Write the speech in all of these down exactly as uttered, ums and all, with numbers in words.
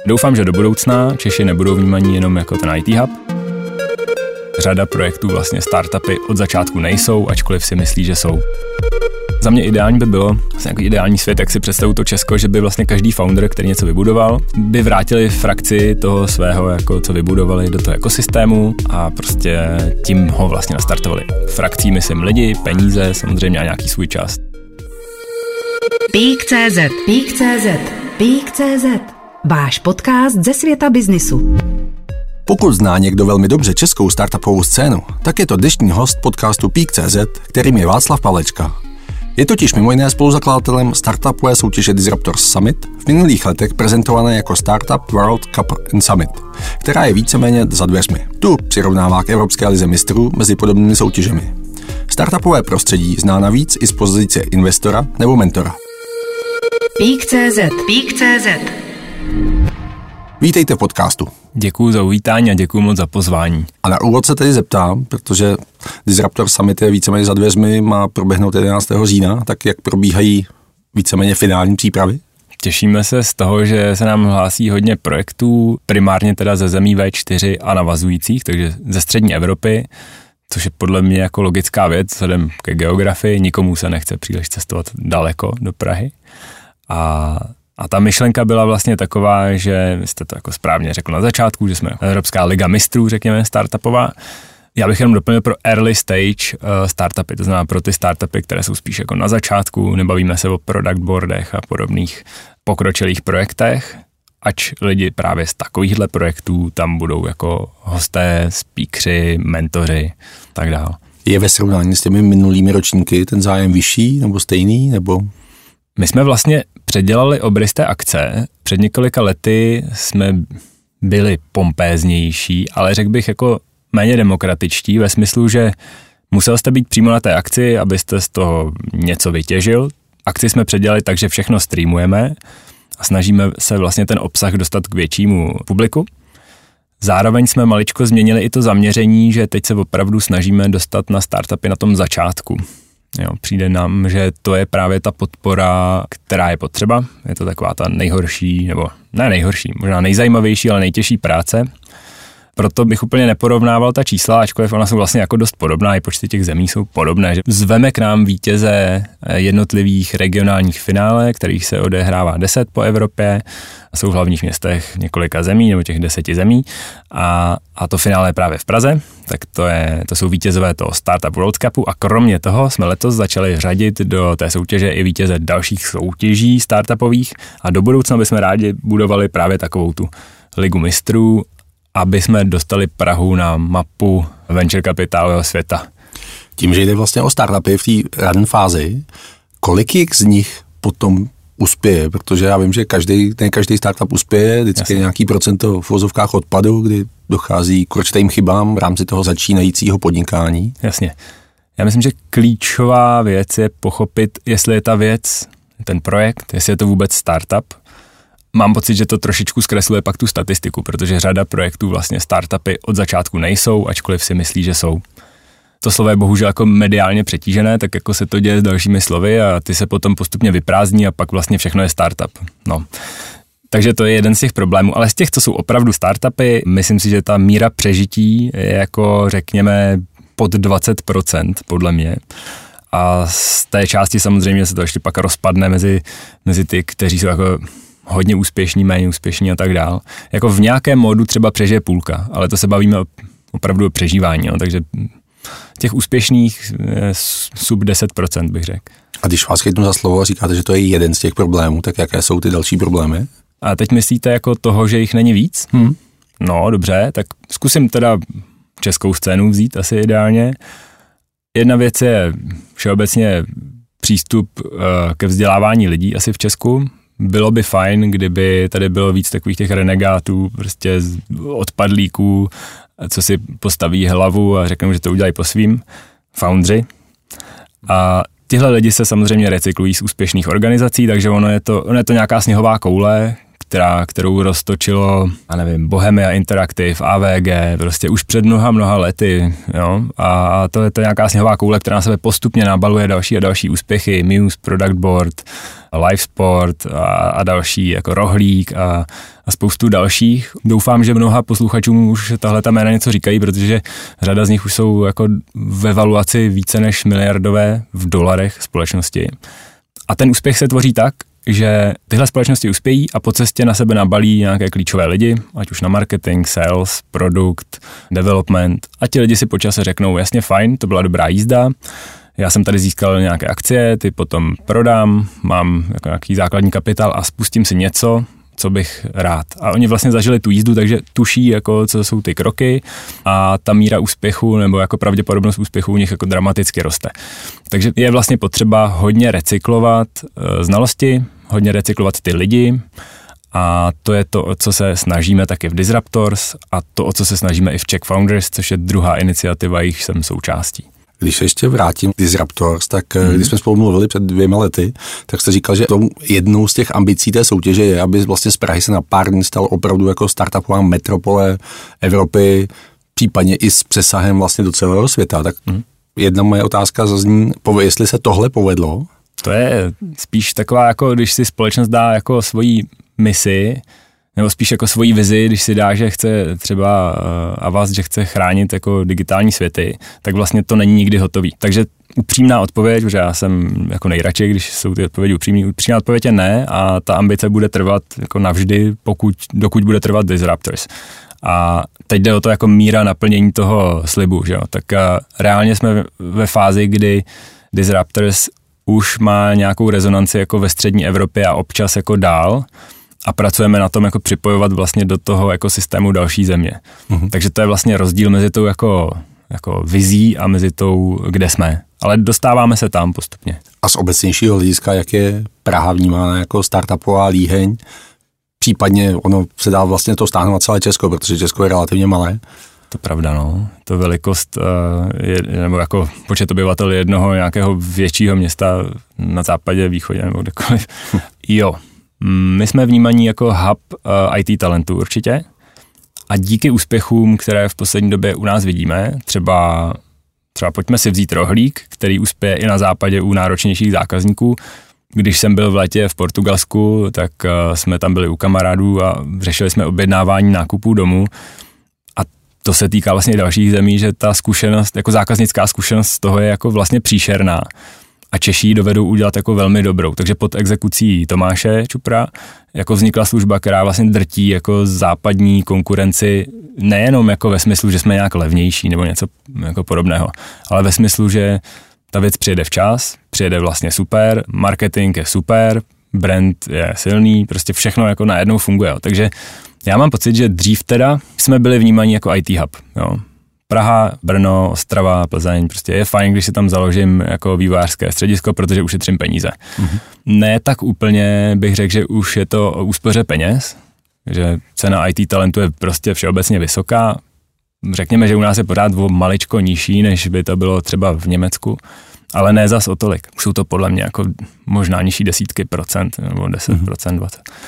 Doufám, že do budoucna Češi nebudou vnímaní jenom jako ten í té hub. Řada projektů vlastně startupy od začátku nejsou, ačkoliv si myslí, že jsou. Za mě ideální by bylo, vlastně jako ideální svět, jak si představu to Česko, že by vlastně každý founder, který něco vybudoval, by vrátili frakci toho svého, jako co vybudovali do toho ekosystému a prostě tím ho vlastně nastartovali. Frakcí myslím lidi, peníze, samozřejmě a nějaký svůj čas. Peak tečka cé zet, Peak tečka cé zet, Peak tečka cé zet. Váš podcast ze světa biznisu. Pokud zná někdo velmi dobře českou startupovou scénu, tak je to dnešní host podcastu Peak tečka cé zet, kterým je Václav Pavlečka. Je totiž mimo jiné spoluzakladatelem startupové soutěže Disruptors Summit, v minulých letech prezentované jako Startup World Cup and Summit, která je víceméně za dveřmi. Tu přirovnává k Evropské lize mistrů mezi podobnými soutěžemi. Startupové prostředí zná navíc i z pozice investora nebo mentora. Peak tečka cé zet, Peak tečka cé zet. Vítejte v podcastu. Děkuju za uvítání a děkuju moc za pozvání. A na úvod se tedy zeptám, protože Disruptor Summit je víceméně za dveřmi, má proběhnout jedenáctého října, tak jak probíhají víceméně finální přípravy? Těšíme se z toho, že se nám hlásí hodně projektů, primárně teda ze zemí vé čtyři a navazujících, takže ze střední Evropy, což je podle mě jako logická věc, vzhledem ke geografii, nikomu se nechce příliš cestovat daleko do Prahy. A A ta myšlenka byla vlastně taková, že jste to jako správně řekl na začátku, že jsme Evropská liga mistrů, řekněme, startupová. Já bych jenom doplnil pro early stage uh, startupy, to znamená pro ty startupy, které jsou spíš jako na začátku, nebavíme se o product boardech a podobných pokročilých projektech, ač lidi právě z takovýchhle projektů tam budou jako hosté, speakeři, mentoři, tak dál. Je ve srovnání s těmi minulými ročníky ten zájem vyšší nebo stejný, nebo... My jsme vlastně předělali obrys té akce. Před několika lety jsme byli pompéznější, ale řekl bych jako méně demokratičtí ve smyslu, že musel jste být přímo na té akci, abyste z toho něco vytěžil. Akci jsme předělali tak, že všechno streamujeme a snažíme se vlastně ten obsah dostat k většímu publiku. Zároveň jsme maličko změnili i to zaměření, že teď se opravdu snažíme dostat na startupy na tom začátku. Jo, přijde nám, že to je právě ta podpora, která je potřeba. Je to taková ta nejhorší, nebo ne nejhorší, možná nejzajímavější, ale nejtěžší práce. Proto bych úplně neporovnával ta čísla, ačkoliv ona jsou vlastně jako dost podobná, i počty těch zemí jsou podobné. Že zveme k nám vítěze jednotlivých regionálních finále, kterých se odehrává deset po Evropě, jsou v hlavních městech několika zemí, nebo těch deseti zemí. A, a to finále je právě v Praze, tak to, je, to jsou vítězové toho Startup World Cupu a kromě toho jsme letos začali řadit do té soutěže i vítěze dalších soutěží startupových a do budoucna bychom rádi budovali právě takovou tu ligu mistrů, aby jsme dostali Prahu na mapu venture kapitálového světa. Tím, že jde vlastně o startupy v té rané fázi, kolik jich z nich potom uspěje? Protože já vím, že každý, ne každý startup uspěje, vždycky je nějaký procento v vozovkách odpadu, kdy dochází k určitým chybám v rámci toho začínajícího podnikání. Jasně. Já myslím, že klíčová věc je pochopit, jestli je ta věc, ten projekt, jestli je to vůbec startup. Mám pocit, že to trošičku zkresluje pak tu statistiku, protože řada projektů vlastně startupy od začátku nejsou, ačkoliv si myslí, že jsou. To slovo je bohužel jako mediálně přetížené, tak jako se to děje s dalšími slovy a ty se potom postupně vyprázdní a pak vlastně všechno je startup. No. Takže to je jeden z těch problémů, ale z těch, co jsou opravdu startupy, myslím si, že ta míra přežití je jako řekněme pod dvacet procent podle mě. A z té části samozřejmě se to ještě pak rozpadne mezi, mezi ty, kteří jsou jako hodně úspěšní, méně úspěšní a tak dál. Jako v nějakém módu třeba přežije půlka, ale to se bavíme opravdu o přežívání, no, takže těch úspěšných sub deset procent bych řekl. A když vás chytnu za slovo a říkáte, že to je jeden z těch problémů, tak jaké jsou ty další problémy? A teď myslíte jako toho, že jich není víc? Hmm. No dobře, tak zkusím teda českou scénu vzít asi ideálně. Jedna věc je všeobecně přístup ke vzdělávání lidí asi v Česku. Bylo by fajn, kdyby tady bylo víc takových těch renegátů, prostě odpadlíků, co si postaví hlavu a řeknou, že to udělají po svým, foundři. A tihle lidi se samozřejmě recyklují z úspěšných organizací, takže ono je to, ono je to nějaká sněhová koule, která, kterou roztočilo, já nevím, Bohemia Interactive, A V G, prostě už před mnoha, mnoha lety, jo, a to je to nějaká sněhová koule, která na sebe postupně nabaluje další a další úspěchy, Muse, Product Board, Live Sport a, a další, jako Rohlík a, a spoustu dalších. Doufám, že mnoha posluchačům už tahle ta jména něco říkají, protože řada z nich už jsou jako ve valuaci více než miliardové v dolarech společnosti. A ten úspěch se tvoří tak, že tyhle společnosti uspějí a po cestě na sebe nabalí nějaké klíčové lidi, ať už na marketing, sales, produkt, development, a ti lidi si po čase řeknou, jasně fajn, to byla dobrá jízda, já jsem tady získal nějaké akcie, ty potom prodám, mám jako nějaký základní kapitál a spustím si něco, co bych rád. A oni vlastně zažili tu jízdu, takže tuší, jako, co jsou ty kroky a ta míra úspěchu nebo jako pravděpodobnost úspěchu u nich jako dramaticky roste. Takže je vlastně potřeba hodně recyklovat e, znalosti, hodně recyklovat ty lidi a to je to, o co se snažíme taky v Disruptors a to, o co se snažíme i v Czech Founders, což je druhá iniciativa, jich jsem součástí. Když se ještě vrátím k Disruptors, tak hmm. když jsme spolu mluvili před dvěma lety, tak jste říkal, že tomu jednou z těch ambicí té soutěže je, aby vlastně z Prahy se na pár dní stal opravdu jako startupová metropole Evropy, případně i s přesahem vlastně do celého světa. Tak hmm. jedna moje otázka zazní, jestli se tohle povedlo? To je spíš taková, jako když si společnost dá jako svoji misi, nebo spíš jako svoji vizi, když si dá, že chce třeba Avast, že chce chránit jako digitální světy, tak vlastně to není nikdy hotový. Takže upřímná odpověď, protože já jsem jako nejradši, když jsou ty odpovědi upřímný, upřímná odpověď je ne a ta ambice bude trvat jako navždy, pokud, dokud bude trvat Disruptors. A teď jde o to jako míra naplnění toho slibu, že jo. Tak reálně jsme ve fázi, kdy Disruptors už má nějakou rezonanci jako ve střední Evropě a občas jako dál, a pracujeme na tom jako připojovat vlastně do toho ekosystému další země. Mm-hmm. Takže to je vlastně rozdíl mezi tou jako, jako vizí a mezi tou, kde jsme. Ale dostáváme se tam postupně. A z obecnějšího hlediska, jak je Praha vnímána jako startupová líheň, případně ono se dá vlastně to stáhnout na celé Česko, protože Česko je relativně malé. To pravda, no. To velikost, uh, je, nebo jako počet obyvatel jednoho nějakého většího města na západě, východě nebo kdekoliv. Hm. Jo. My jsme vnímaní jako hub uh, í té talentu určitě a díky úspěchům, které v poslední době u nás vidíme, třeba, třeba pojďme si vzít Rohlík, který uspěje i na západě u náročnějších zákazníků. Když jsem byl v létě v Portugalsku, tak uh, jsme tam byli u kamarádů a řešili jsme objednávání nákupů domů a to se týká vlastně dalších zemí, že ta zkušenost, jako zákaznická zkušenost z toho je jako vlastně příšerná. A Češi dovedou udělat jako velmi dobrou. Takže pod exekucí Tomáše Čupra jako vznikla služba, která vlastně drtí jako západní konkurenci nejenom jako ve smyslu, že jsme nějak levnější nebo něco jako podobného, ale ve smyslu, že ta věc přijede včas, přijede vlastně super, marketing je super, brand je silný, prostě všechno jako najednou funguje. Takže já mám pocit, že dřív teda jsme byli vnímaní jako í té hub, jo. Praha, Brno, Ostrava, Plzeň, prostě je fajn, když si tam založím jako vývojářské středisko, protože ušetřím peníze. Mm-hmm. Ne tak úplně bych řekl, že už je to o úspoře peněz, že cena í té talentu je prostě všeobecně vysoká. Řekněme, že u nás je pořád o maličko nižší, než by to bylo třeba v Německu, ale ne zas o tolik. Už jsou to podle mě jako možná nižší desítky procent, nebo deset procent, dvacet procent.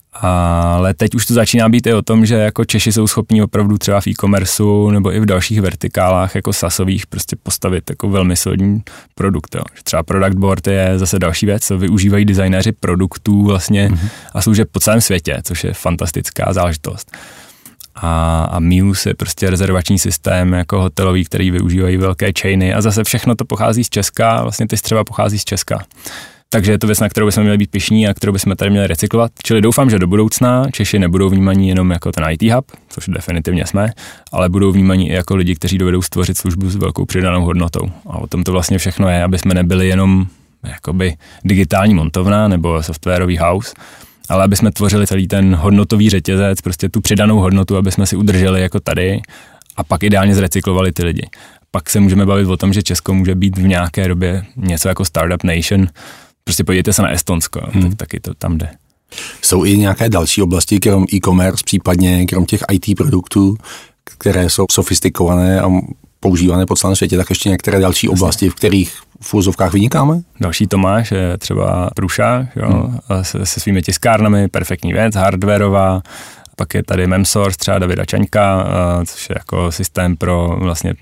Ale teď už to začíná být i o tom, že jako Češi jsou schopní opravdu třeba v e-commerceu nebo i v dalších vertikálách jako sasových prostě postavit jako velmi solidní produkt. Jo. Třeba Product Board je zase další věc, co využívají designéři produktů vlastně mm-hmm. a služeb po celém světě, což je fantastická záležitost. A, a Muse je prostě rezervační systém jako hotelový, který využívají velké chainy a zase všechno to pochází z Česka, vlastně ty střeva pochází z Česka. Takže je to věc, na kterou bychom měli být pyšní a kterou bychom tady měli recyklovat. Čili doufám, že do budoucna Češi nebudou vnímaní jenom jako ten í té hub, což definitivně jsme, ale budou vnímaní i jako lidi, kteří dovedou stvořit službu s velkou přidanou hodnotou. A o tom to vlastně všechno je, aby jsme nebyli jenom jakoby digitální montovna nebo softwarový house, ale aby jsme tvořili celý ten hodnotový řetězec, prostě tu přidanou hodnotu, aby jsme si udrželi jako tady a pak ideálně zrecyklovali ty lidi. Pak se můžeme bavit o tom, že Česko může být v nějaké době něco jako startup nation. Prostě podívejte se na Estonsko, hmm. tak taky to tam jde. Jsou i nějaké další oblasti, krom e-commerce, případně krom těch í té produktů, které jsou sofistikované a používané po celém světě, tak ještě některé další oblasti, v kterých v úzovkách vynikáme? Další Tomáš je třeba Prusa, jo, hmm. se, se svými tiskárnami, perfektní věc, hardwareová. Pak je tady Memsource, třeba Davida Čaňka, což je jako systém pro vlastně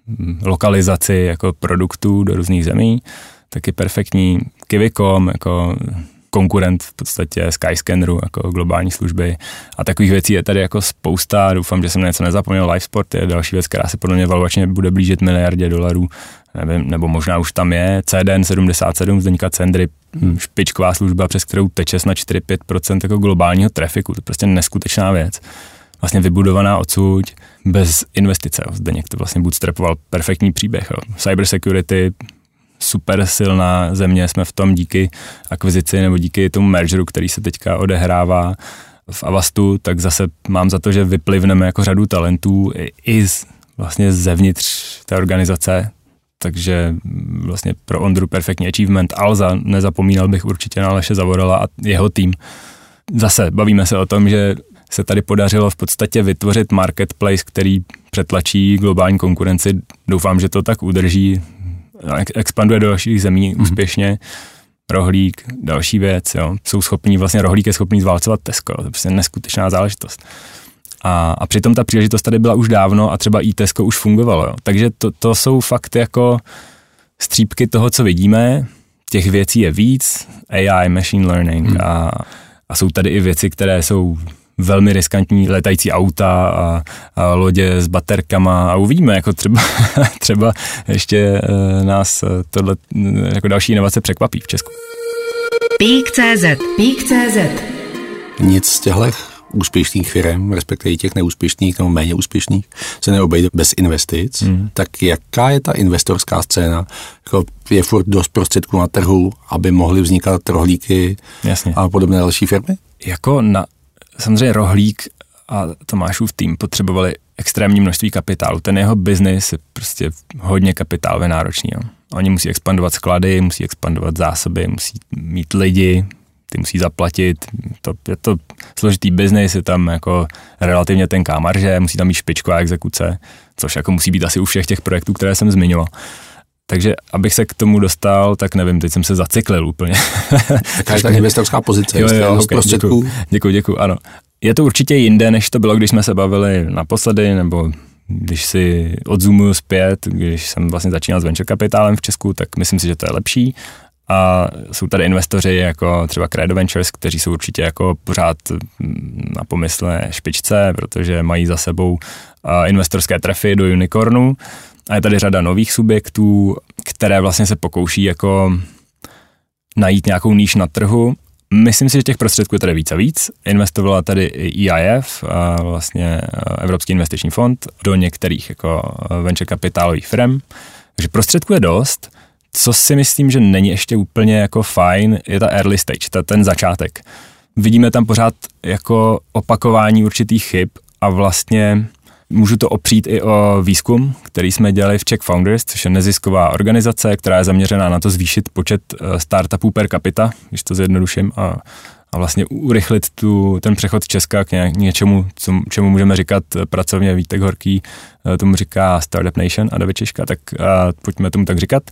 lokalizaci jako produktů do různých zemí. Taky perfektní Kivicom, jako konkurent v podstatě Skyscanneru, jako globální služby. A takových věcí je tady jako spousta. Doufám, že jsem něco nezapomněl. Livesport je další věc, která se podle mě valuačně bude blížit miliardě dolarů. Nevím, nebo možná už tam je. C D N sedmdesát sedm, Zdeňka Cendry, hmm. špičková služba, přes kterou teče na čtyři až pět procent jako globálního trafiku. To je prostě neskutečná věc. Vlastně vybudovaná odsud bez investice. Zdeněk to vlastně bootstrapoval, perfektní příběh. Jo. Cyber security, super silná země, jsme v tom díky akvizici nebo díky tomu mergeru, který se teďka odehrává v Avastu, tak zase mám za to, že vyplivneme jako řadu talentů i, i z, vlastně zevnitř té organizace, takže vlastně pro Ondru perfektní achievement. Alza, nezapomínal bych určitě na Aleše Zavorala a jeho tým. Zase bavíme se o tom, že se tady podařilo v podstatě vytvořit marketplace, který přetlačí globální konkurenci. Doufám, že to tak udrží, expanduje do dalších zemí mm. úspěšně. Rohlík, další věc, jo. Jsou schopní, vlastně Rohlík je schopný zválcovat Tesco, to je prostě neskutečná záležitost. A, a přitom ta příležitost tady byla už dávno a třeba i Tesco už fungovalo, jo. Takže to, to jsou fakt jako střípky toho, co vidíme. Těch věcí je víc, A I, machine learning mm. a, a jsou tady i věci, které jsou velmi riskantní, letající auta a, a lodě s baterkama a uvidíme, jako třeba, třeba ještě e, nás tohle jako další inovace překvapí v Česku. Peak tečka cé zet, Peak tečka cé zet. Nic z těchto úspěšných firm, respektive těch neúspěšných nebo méně úspěšných, se neobejde bez investic. Hmm. Tak jaká je ta investorská scéna? Jako je furt dost prostředků na trhu, aby mohly vznikat Rohlíky Jasně. a podobné další firmy? Jako na samozřejmě Rohlík a Tomášův tým potřebovali extrémní množství kapitálu. Ten jeho biznis je prostě hodně kapitálově náročný. Jo. Oni musí expandovat sklady, musí expandovat zásoby, musí mít lidi, ty musí zaplatit. To, je to složitý biznis, je tam jako relativně tenká marže, musí tam být špičková exekuce, což jako musí být asi u všech těch projektů, které jsem zmiňoval. Takže abych se k tomu dostal, tak nevím, teď jsem se zacyklil úplně. Jaká je ta investorská pozice? Jo, jo, okay, děkuju, děkuju, děkuju, ano. Je to určitě jinde, než to bylo, když jsme se bavili naposledy, nebo když si odzoomuju zpět, když jsem vlastně začínal s venture kapitálem v Česku, tak myslím si, že to je lepší. A jsou tady investoři jako třeba Credo Ventures, kteří jsou určitě jako pořád na pomyslné špičce, protože mají za sebou investorské trefy do unicornu. A je tady řada nových subjektů, které vlastně se pokouší jako najít nějakou níž na trhu. Myslím si, že těch prostředků je tady víc a víc. Investovala tady i E I F, vlastně Evropský investiční fond, do některých jako venture kapitálových firm. Takže prostředků je dost. Co si myslím, že není ještě úplně jako fajn, je ta early stage, ta, ten začátek. Vidíme tam pořád jako opakování určitých chyb a vlastně můžu to opřít i o výzkum, který jsme dělali v Czech Founders, což je nezisková organizace, která je zaměřená na to zvýšit počet startupů per capita, když to zjednoduším, a, a vlastně urychlit tu, ten přechod Česka k ně, něčemu, co, čemu můžeme říkat pracovně. Vítek Horký tomu říká Startup Nation a David Češka, tak a pojďme tomu tak říkat.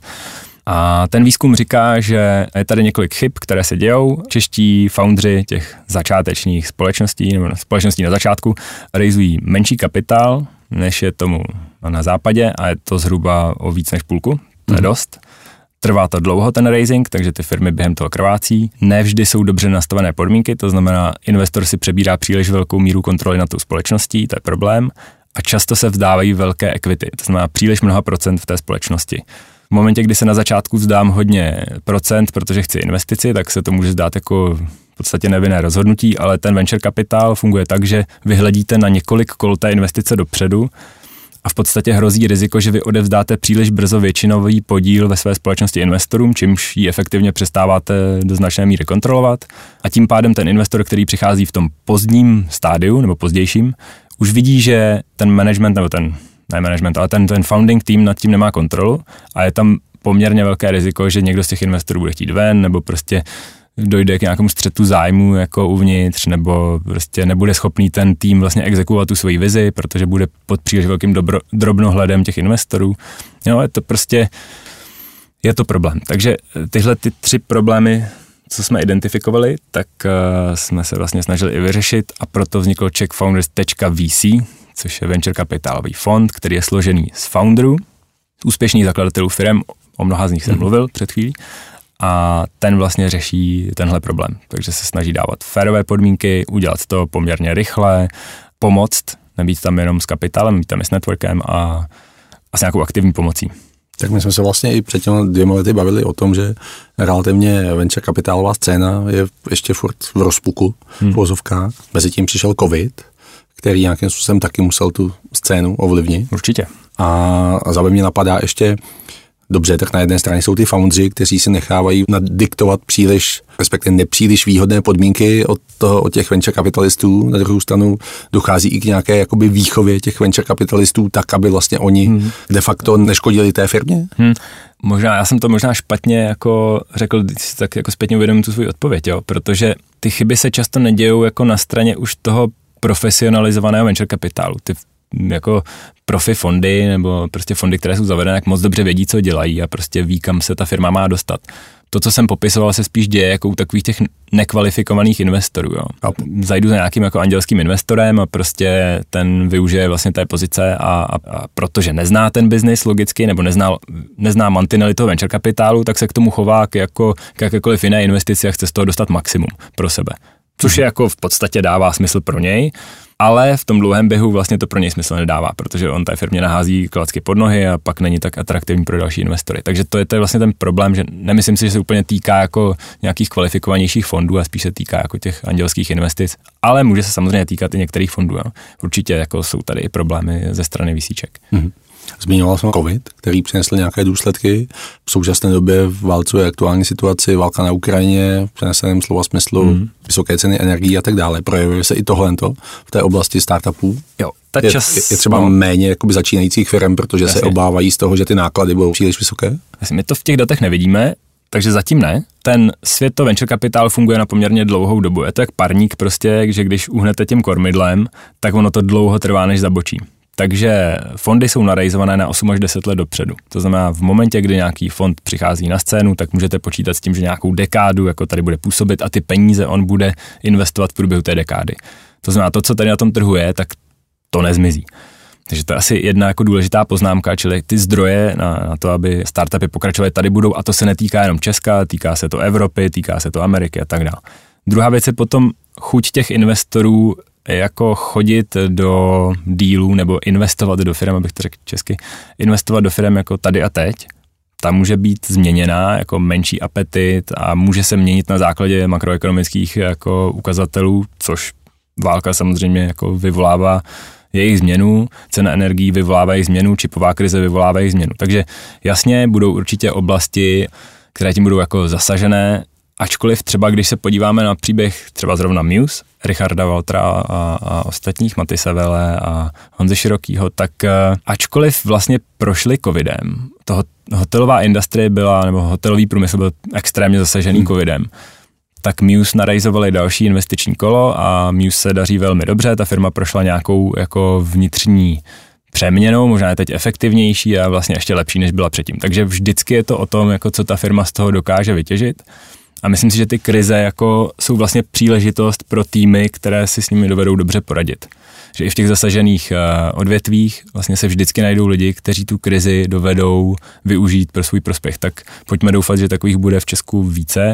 A ten výzkum říká, že je tady několik chyb, které se dějou. Čeští foundři těch začátečních společností nebo společností na začátku raizují menší kapitál, než je tomu na západě a je to zhruba o víc než půlku. To je dost. Trvá to dlouho ten raising, takže ty firmy během toho krvácí. Nevždy jsou dobře nastavené podmínky, to znamená, investor si přebírá příliš velkou míru kontroly nad tou společností, to je problém. A často se vzdávají velké equity, to znamená příliš mnoha procent v té společnosti. V momentě, kdy se na začátku vzdám hodně procent, protože chci investici, tak se to může zdát jako v podstatě nevinné rozhodnutí, ale ten venture kapitál funguje tak, že vy hledíte na několik kol té investice dopředu a v podstatě hrozí riziko, že vy odevzdáte příliš brzo většinový podíl ve své společnosti investorům, čímž ji efektivně přestáváte do značné míry kontrolovat a tím pádem ten investor, který přichází v tom pozdním stádiu nebo pozdějším, už vidí, že ten management nebo ten ne management, ale ten, ten founding tým nad tím nemá kontrolu a je tam poměrně velké riziko, že někdo z těch investorů bude chtít ven, nebo prostě dojde k nějakému střetu zájmu jako uvnitř, nebo prostě nebude schopný ten tým vlastně exekuovat tu svoji vizi, protože bude pod příliš velkým dobro, drobnohledem těch investorů. Jo, je to prostě, je to problém. Takže tyhle ty tři problémy, co jsme identifikovali, tak uh, jsme se vlastně snažili i vyřešit a proto vzniklo czech founders tečka v c, což je venture kapitálový fond, který je složený z founderů, úspěšných zakladatelů firem, o mnoha z nich jsem mm. mluvil před chvílí, a ten vlastně řeší tenhle problém. Takže se snaží dávat férové podmínky, udělat to poměrně rychle, pomoct, nebýt tam jenom s kapitálem, být tam i s networkem a, a s nějakou aktivní pomocí. Tak my jsme se vlastně i před těmi dvěma lety bavili o tom, že relativně venture kapitálová scéna je ještě furt v rozpuku, hmm. v vozovkách. Mezitím přišel covid, který nějakým způsobem taky musel tu scénu ovlivnit. Určitě. A, a zároveň mě napadá ještě, dobře, tak na jedné straně jsou ty foundři, kteří si nechávají nadiktovat příliš, respektive nepříliš výhodné podmínky od, toho, od těch venture kapitalistů. Na druhou stranu dochází i k nějaké jakoby výchově těch venture kapitalistů tak, aby vlastně oni hmm. de facto neškodili té firmě. Hmm. Možná, já jsem to možná špatně jako řekl, tak jako zpětně uvědomím tu svou odpověď, jo, protože ty chyby se často nedějou jako na straně už toho profesionalizovaného venture kapitálu. Ty jako profi fondy nebo prostě fondy, které jsou zavedené, jak moc dobře vědí, co dělají a prostě ví, kam se ta firma má dostat. To, co jsem popisoval, se spíš děje jako u takových těch nekvalifikovaných investorů. Jo. Zajdu za nějakým jako andělským investorem a prostě ten využije vlastně té pozice a, a, a protože nezná ten biznis logicky nebo nezná, nezná mantinely toho venture kapitálu, tak se k tomu chová k, jako, k jakékoliv jiné investici a chce z toho dostat maximum pro sebe. Což je jako v podstatě dává smysl pro něj, ale v tom dlouhém běhu vlastně to pro něj smysl nedává, protože on té firmě nahází klacky pod nohy a pak není tak atraktivní pro další investory. Takže to je, to je vlastně ten problém, že nemyslím si, že se úplně týká jako nějakých kvalifikovanějších fondů a spíš se týká jako těch andělských investic, ale může se samozřejmě týkat i některých fondů. Jo. Určitě jako jsou tady i problémy ze strany VCček. Mm-hmm. Zmiňoval jsem covid, který přinesl nějaké důsledky. V současné době válcuje aktuální situaci, válka na Ukrajině, v přeneseném slova smyslu, mm. vysoké ceny energií a tak dále. Projevuje se i tohle v té oblasti startupů. Jo, ta je, čas, je třeba no. méně jakoby začínajících firm, protože Jasně. se obávají z toho, že ty náklady budou příliš vysoké? Jasně, my to v těch datech nevidíme, takže zatím ne. Ten svět to venture kapitál funguje na poměrně dlouhou dobu. Je to jak parník prostě, že když uhnete tím kormidlem, tak ono to dlouho trvá, než zabočí. Takže fondy jsou narejzované na osm až deset let dopředu. To znamená, v momentě, kdy nějaký fond přichází na scénu, tak můžete počítat s tím, že nějakou dekádu jako tady bude působit a ty peníze on bude investovat v průběhu té dekády. To znamená, to, co tady na tom trhu je, tak to nezmizí. Takže to je asi jedna jako důležitá poznámka, čili ty zdroje na, na to, aby startupy pokračovaly, tady budou a to se netýká jenom Česka, týká se to Evropy, týká se to Ameriky a tak dále. Druhá věc je potom chuť těch investorů jako chodit do dílů nebo investovat do firm, abych to řekl česky, investovat do firm jako tady a teď. Ta může být změněná jako menší apetit a může se měnit na základě makroekonomických jako ukazatelů, což válka samozřejmě jako vyvolává jejich změnu, cena energií vyvolává jejich změnu, čipová krize vyvolává jejich změnu. Takže jasně budou určitě oblasti, které tím budou jako zasažené, ačkoliv třeba, když se podíváme na příběh třeba zrovna Muse, Richarda Waltera a, a ostatních, Maty Sevele a Honzy Širokýho, tak ačkoliv vlastně prošli covidem, to hotelová industrie byla, nebo hotelový průmysl byl extrémně zasažený hmm. covidem, tak Muse narejzovali další investiční kolo a Muse se daří velmi dobře, ta firma prošla nějakou jako vnitřní přeměnou, možná je teď efektivnější a vlastně ještě lepší, než byla předtím. Takže vždycky je to o tom, jako co ta firma z toho dokáže vytěžit. A myslím si, že ty krize jako jsou vlastně příležitost pro týmy, které si s nimi dovedou dobře poradit. Že i v těch zasažených uh, odvětvích vlastně se vždycky najdou lidi, kteří tu krizi dovedou využít pro svůj prospěch. Tak pojďme doufat, že takových bude v Česku více.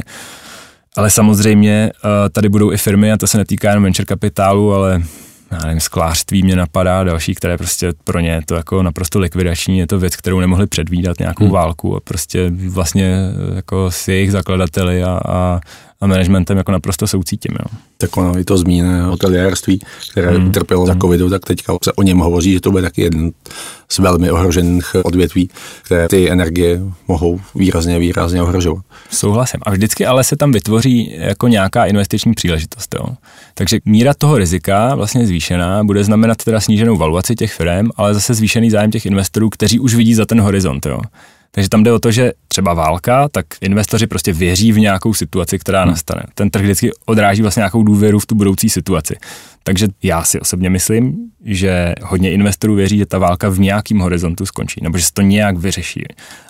Ale samozřejmě uh, tady budou i firmy, a to se netýká jenom venture kapitálu, ale já nevím, sklářství mě napadá, další, které prostě pro ně je to jako naprosto likvidační, je to věc, kterou nemohli předvídat, nějakou hmm. válku a prostě vlastně jako s jejich zakladateli a, a, a managementem jako naprosto soucítím. Jo. Tak ono i to zmíněné hoteliérství, které hmm. utrpělo hmm. za covidu, tak teďka se o něm hovoří, že to bude taky jeden z velmi ohrožených odvětví, které ty energie mohou výrazně, výrazně ohrožovat. Souhlasím. A vždycky ale se tam vytvoří jako nějaká investiční příležitost. Jo. Takže míra toho rizika vlastně zvýšená bude znamenat teda sníženou valuaci těch firm, ale zase zvýšený zájem těch investorů, kteří už vidí za ten horizont. Jo. Takže tam jde o to, že třeba válka, tak investoři prostě věří v nějakou situaci, která hmm. nastane. Ten trh vždycky odráží vlastně nějakou důvěru v tu budoucí situaci. Takže já si osobně myslím, že hodně investorů věří, že ta válka v nějakém horizontu skončí, nebo že se to nějak vyřeší.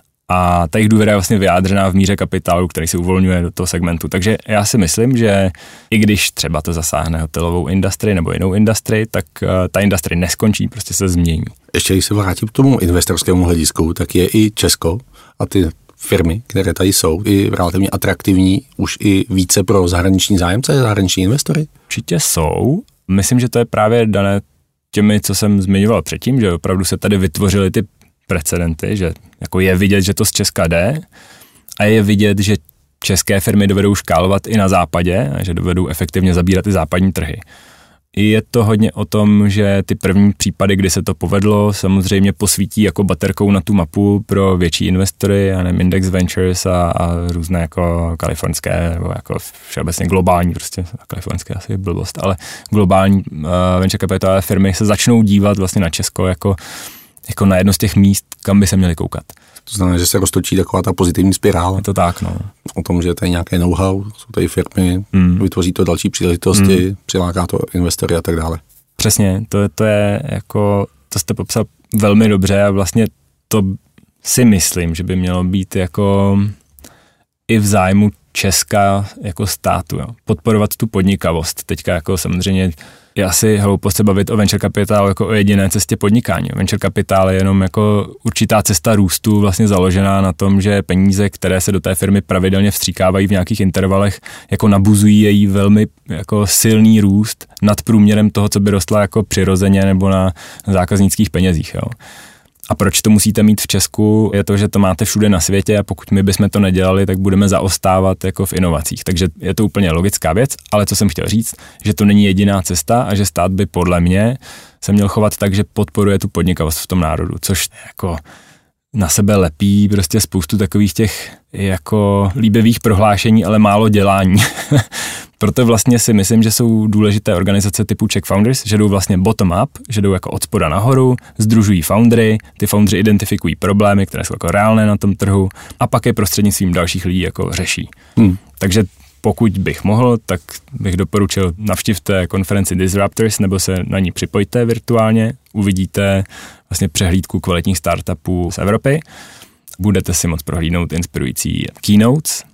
A ta jejich důvěra je vlastně vyjádřená v míře kapitálu, který se uvolňuje do toho segmentu. Takže já si myslím, že i když třeba to zasáhne hotelovou industrii nebo jinou industrii, tak ta industrie neskončí, prostě se změní. Ještě když se vrátím k tomu investorskému hledisku, tak je i Česko a ty firmy, které tady jsou, i relativně atraktivní už i více pro zahraniční zájemce, zahraniční investory? Určitě jsou. Myslím, že to je právě dané těmi, co jsem zmiňoval předtím, že opravdu se tady vytvořily ty precedenty, že jako je vidět, že to z Česka jde a je vidět, že české firmy dovedou škálovat i na západě a že dovedou efektivně zabírat i západní trhy. Je to hodně o tom, že ty první případy, kdy se to povedlo, samozřejmě posvítí jako baterkou na tu mapu pro větší investory, já nevím, Index Ventures a, a různé jako kalifornské, nebo jako všeobecně globální, prostě kalifornské asi je blbost, ale globální uh, venture capitalové firmy se začnou dívat vlastně na Česko jako jako na jedno z těch míst, kam by se měli koukat. To znamená, že se roztočí taková ta pozitivní spirála. Je to tak, no. O tom, že tady nějaké know-how, jsou tady firmy, mm. vytvoří to další příležitosti, mm. přiláká to investory a tak dále. Přesně, to, to je jako, to jste popsal velmi dobře a vlastně to si myslím, že by mělo být jako i v zájmu Česka jako státu, jo. Podporovat tu podnikavost. Teďka jako samozřejmě je asi hloupost se bavit o venture capital jako o jediné cestě podnikání. Venture capital je jenom jako určitá cesta růstu vlastně založená na tom, že peníze, které se do té firmy pravidelně vstříkávají v nějakých intervalech, jako nabuzují její velmi jako silný růst nad průměrem toho, co by rostla jako přirozeně nebo na zákaznických penězích, jo. A proč to musíte mít v Česku, je to, že to máte všude na světě a pokud my bychom to nedělali, tak budeme zaostávat jako v inovacích. Takže je to úplně logická věc, ale co jsem chtěl říct, že to není jediná cesta a že stát by podle mě se měl chovat tak, že podporuje tu podnikavost v tom národu, což jako na sebe lepí prostě spoustu takových těch jako líbivých prohlášení, ale málo dělání. Proto vlastně si myslím, že jsou důležité organizace typu Czech Founders, že jdou vlastně bottom-up, že jdou jako od spoda nahoru, sdružují foundry, ty foundry identifikují problémy, které jsou jako reálné na tom trhu a pak je prostřednictvím dalších lidí jako řeší. Hmm. Takže pokud bych mohl, tak bych doporučil navštivte konferenci Disruptors nebo se na ní připojte virtuálně, uvidíte vlastně přehlídku kvalitních startupů z Evropy, budete si moct prohlídnout inspirující keynotes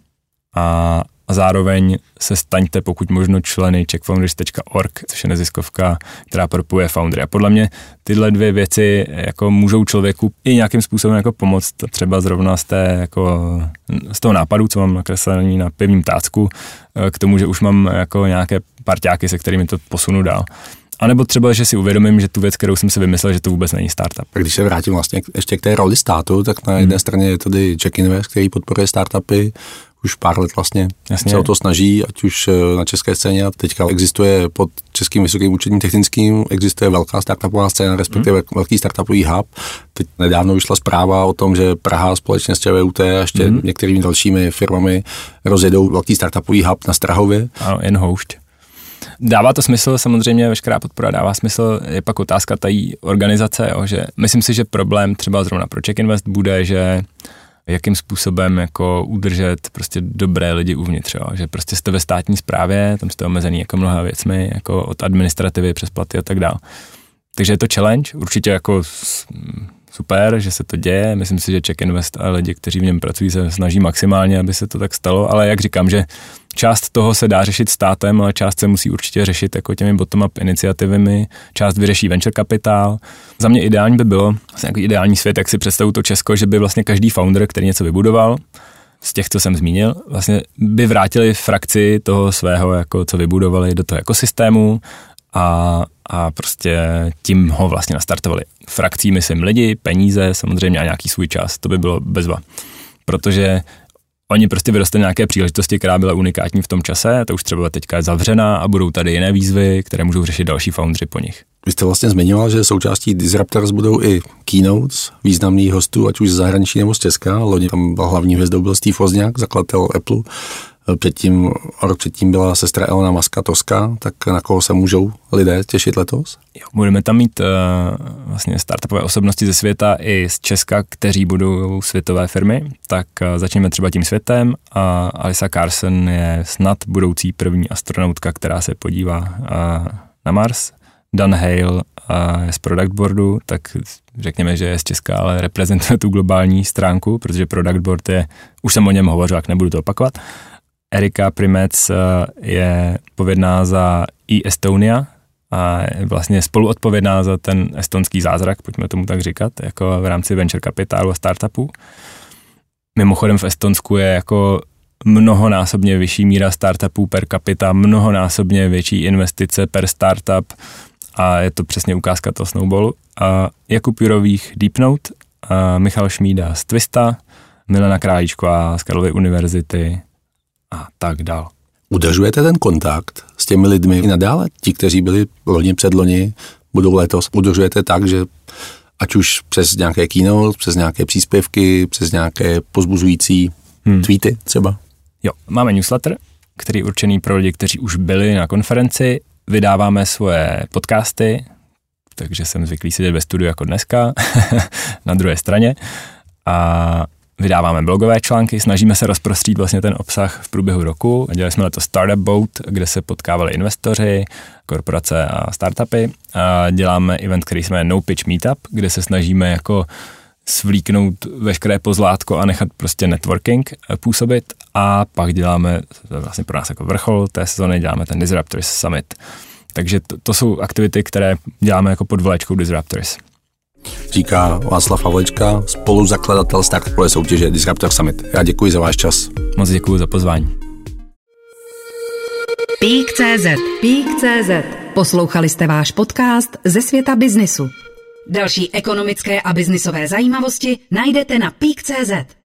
a A zároveň se staňte pokud možno členy czech founders tečka org, což je neziskovka, která propojuje foundry. A podle mě tyhle dvě věci jako můžou člověku i nějakým způsobem jako pomoct, třeba zrovna z, té, jako, z toho nápadu, co mám nakreslený na pivním tácku, k tomu, že už mám jako nějaké parťáky, se kterými to posunu dál. A nebo třeba, že si uvědomím, že tu věc, kterou jsem si vymyslel, že to vůbec není startup. A když se vrátím vlastně ještě k té roli státu, tak na jedné hmm. straně je tady Czech Invest, který podporuje startupy, už pár let vlastně Jasně. se o to snaží, ať už na české scéně. A teďka existuje pod Českým vysokým učením technickým, existuje velká startupová scéna, respektive hmm. velký startupový hub. Teď nedávno vyšla zpráva o tom, že Praha společně s ČVUT a ještě hmm. některými dalšími firmami rozjedou velký startupový hub na Strahově. Ano, jen houšť. Dává to smysl, samozřejmě veškerá podpora dává smysl, je pak otázka tají organizace, jo, že myslím si, že problém třeba zrovna pro Czech Invest bude, že jakým způsobem jako udržet prostě dobré lidi uvnitř, jo? Že prostě jste ve státní správě, tam jste omezený jako mnoha věcmi, jako od administrativy přes platy a tak dále. Takže je to challenge, určitě jako super, že se to děje, myslím si, že Czech Invest a lidi, kteří v něm pracují, se snaží maximálně, aby se to tak stalo, ale jak říkám, že část toho se dá řešit státem, ale část se musí určitě řešit jako těmi bottom-up iniciativami, část vyřeší venture capital. Za mě ideální by bylo, vlastně jako ideální svět, jak si představu to Česko, že by vlastně každý founder, který něco vybudoval, z těch, co jsem zmínil, vlastně by vrátili frakci toho svého, jako co vybudovali do toho ekosystému a, a prostě tím ho vlastně nastartovali. Frakcí myslím lidi, peníze, samozřejmě a nějaký svůj čas, to by bylo bezva. Protože oni prostě vyrostli nějaké příležitosti, která byla unikátní v tom čase, to už třeba teďka je zavřená a budou tady jiné výzvy, které můžou řešit další foundři po nich. Vy jste vlastně zmiňoval, že součástí Disruptors budou i keynotes významných hostů, ať už z zahraničí nebo z Česka. Loni tam hlavní hvězdou byl Steve Wozniak, zakladatel Apple. Předtím, rok předtím byla sestra Elona Muska, Toska, tak na koho se můžou lidé těšit letos? Jo, budeme tam mít uh, vlastně startupové osobnosti ze světa i z Česka, kteří budou světové firmy, tak uh, začneme třeba tím světem a Alyssa Carson je snad budoucí první astronautka, která se podívá uh, na Mars. Dan Hale uh, je z Product Boardu, tak řekněme, že je z Česka, ale reprezentuje tu globální stránku, protože Product Board je, už jsem o něm hovořil, jak nebudu to opakovat. Erika Primec je odpovědná za e-Estonia a je vlastně spoluodpovědná za ten estonský zázrak, pojďme tomu tak říkat, jako v rámci venture kapitálu a startupů. Mimochodem v Estonsku je jako mnohonásobně vyšší míra startupů per capita, mnohonásobně větší investice per startup a je to přesně ukázka toho snowballu. A Jakub Jurových Deepnote, a Michal Šmída z Twista, Milena Králíčková z Karlovy univerzity a tak dál. Udržujete ten kontakt s těmi lidmi i nadále? Ti, kteří byli loni předloni, budou letos. Udržujete tak, že ať už přes nějaké keynote, přes nějaké příspěvky, přes nějaké pozbuzující hmm. tweety třeba? Jo, máme newsletter, který je určený pro lidi, kteří už byli na konferenci. Vydáváme svoje podcasty, takže jsem zvyklý sedět ve studiu jako dneska, na druhé straně. A vydáváme blogové články, snažíme se rozprostřít vlastně ten obsah v průběhu roku. Dělali jsme letos Startup Boat, kde se potkávali investoři, korporace a startupy. A děláme event, který se jmenuje No Pitch Meetup, kde se snažíme jako svlíknout veškeré pozlátko a nechat prostě networking působit. A pak děláme vlastně pro nás jako vrchol té sezóny, děláme ten Disruptors Summit. Takže to, to jsou aktivity, které děláme jako pod vlečkou Disruptors. Říká Václav Havlečka, spoluzakladatel startupové soutěže Disruptor Summit. Já děkuji za váš čas. Moc děkuji za pozvání. Peak tečka cé zet. Peak tečka cé zet. Poslouchali jste váš podcast ze světa biznisu. Další ekonomické a biznisové zajímavosti najdete na Peak tečka cé zet.